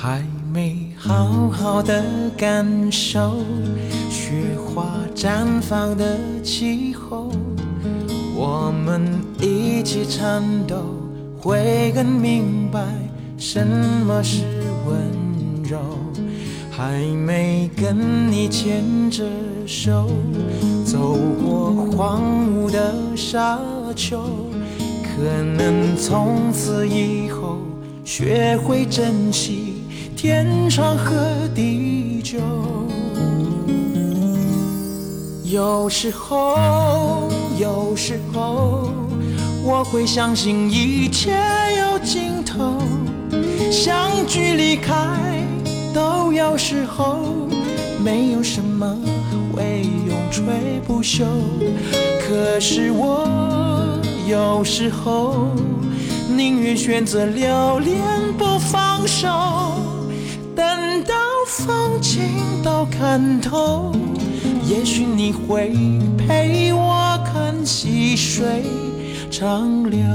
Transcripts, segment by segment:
还没好好的感受雪花绽放的气候，我们一起颤抖，会更明白什么是温柔。还没跟你牵着手走过荒芜的沙丘，可能从此以后学会珍惜天长和地久。有时候我会相信一切有尽头，相聚离开都有时候，没有什么会永垂不朽。可是我有时候宁愿选择留恋不放手，等到风景都看透，也许你会陪我看细水长流。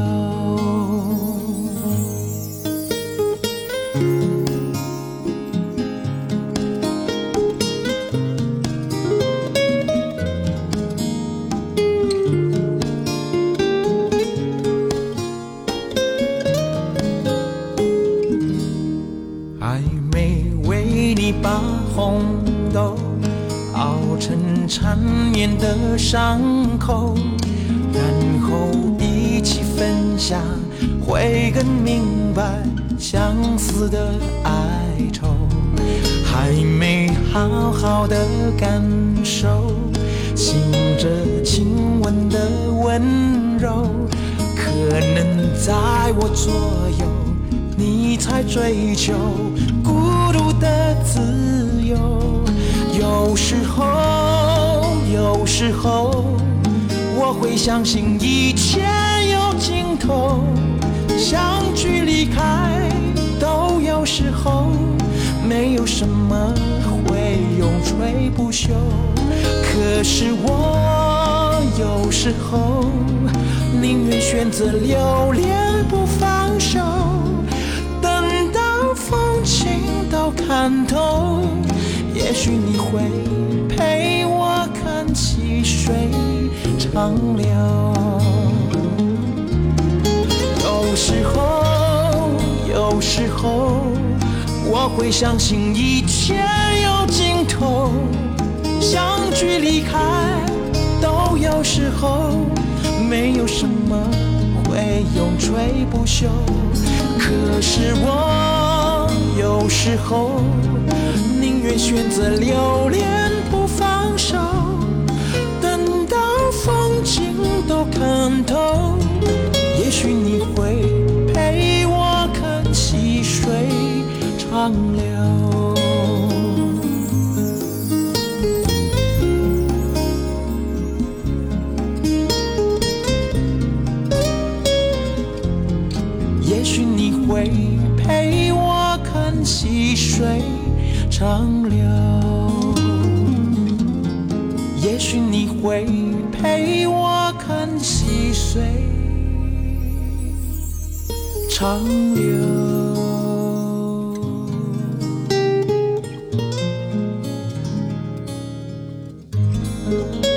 还没为你把红豆熬成缠绵的伤口，然后一起分享，会更明白相思的哀愁。还没好好的感受醒着亲吻的温柔，可能在我左右你才追求孤独的自由。有时候我会相信一切有尽头，相聚离开都有时候，没有什么会永垂不朽。可是我有时候宁愿选择留恋不放手，等到风景都看透，也许你会陪我看细水长流。有时候我会相信一切有尽头，相聚离开都有时候，没有什么会永垂不朽。可是我有时候宁愿选择留恋不放手，等到风景都看透，也许你会陪我看细水长流。也许你会陪我看细水长流，也许你会陪我看细水长流。